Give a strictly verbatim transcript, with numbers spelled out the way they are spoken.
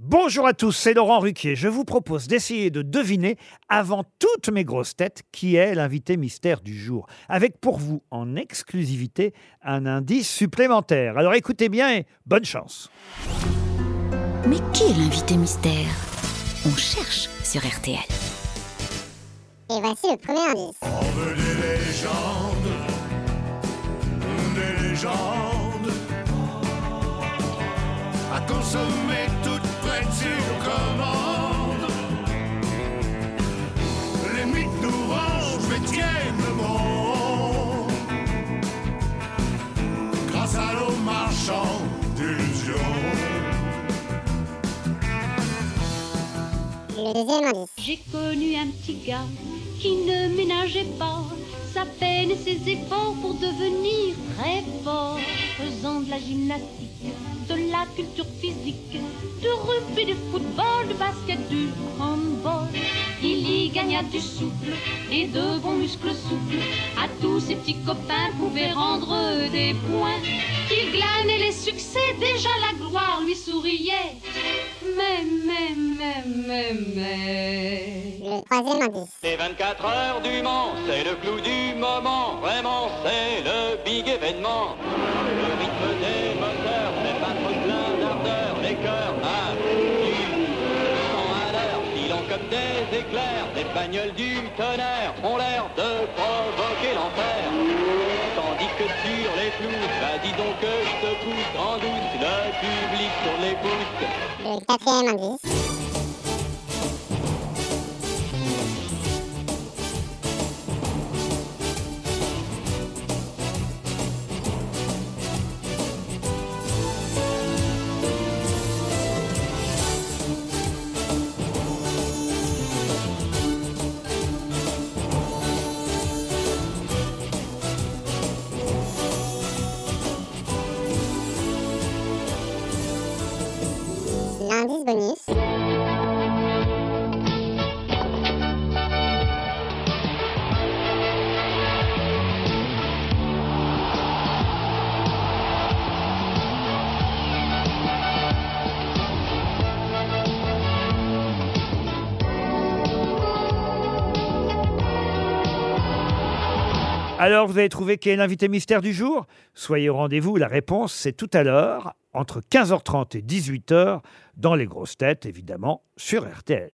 Bonjour à tous, c'est Laurent Ruquier. Je vous propose d'essayer de deviner, avant toutes mes grosses têtes, qui est l'invité mystère du jour. Avec pour vous, en exclusivité, un indice supplémentaire. Alors écoutez bien et bonne chance. Mais qui est l'invité mystère? On cherche sur R T L. Et voici le premier indice. On veut des légendes, des légendes, à consommer toutes prêtes sur commande. Les mythes nous rangent, mais tiennent le monde, grâce à nos marchands d'illusions. Le deuxième indice. J'ai connu un petit gars qui ne ménageait pas sa peine et ses efforts pour devenir très fort, faisant de la gymnastique, de la culture physique, de rugby, du football, du basket, du handball. Il y gagna du souffle et de bons muscles souples. À tous ses petits copains pouvaient rendre des points. Il glanait les succès, déjà la gloire lui souriait. Mais, mais, mais, mais, mais... Le troisième indice. Les vingt-quatre heures du Mans, c'est le clou du moment. Vraiment, c'est le big événement. Le rythme des moteurs fait battre plein d'ardeur. Les cœurs à du cent à l'heure, filant comme des éclairs. Les bagnoles du tonnerre ont l'air de provoquer l'enfer. Tandis que sur les clous, bah dis donc que je te pousse en douce. Le public sur les pouces. Le quatrième indice. L'indice bonus. Alors, vous avez trouvé qui est l'invité mystère du jour? Soyez au rendez-vous, la réponse c'est tout à l'heure, entre quinze heures trente et dix-huit heures, dans les grosses têtes, évidemment, sur R T L.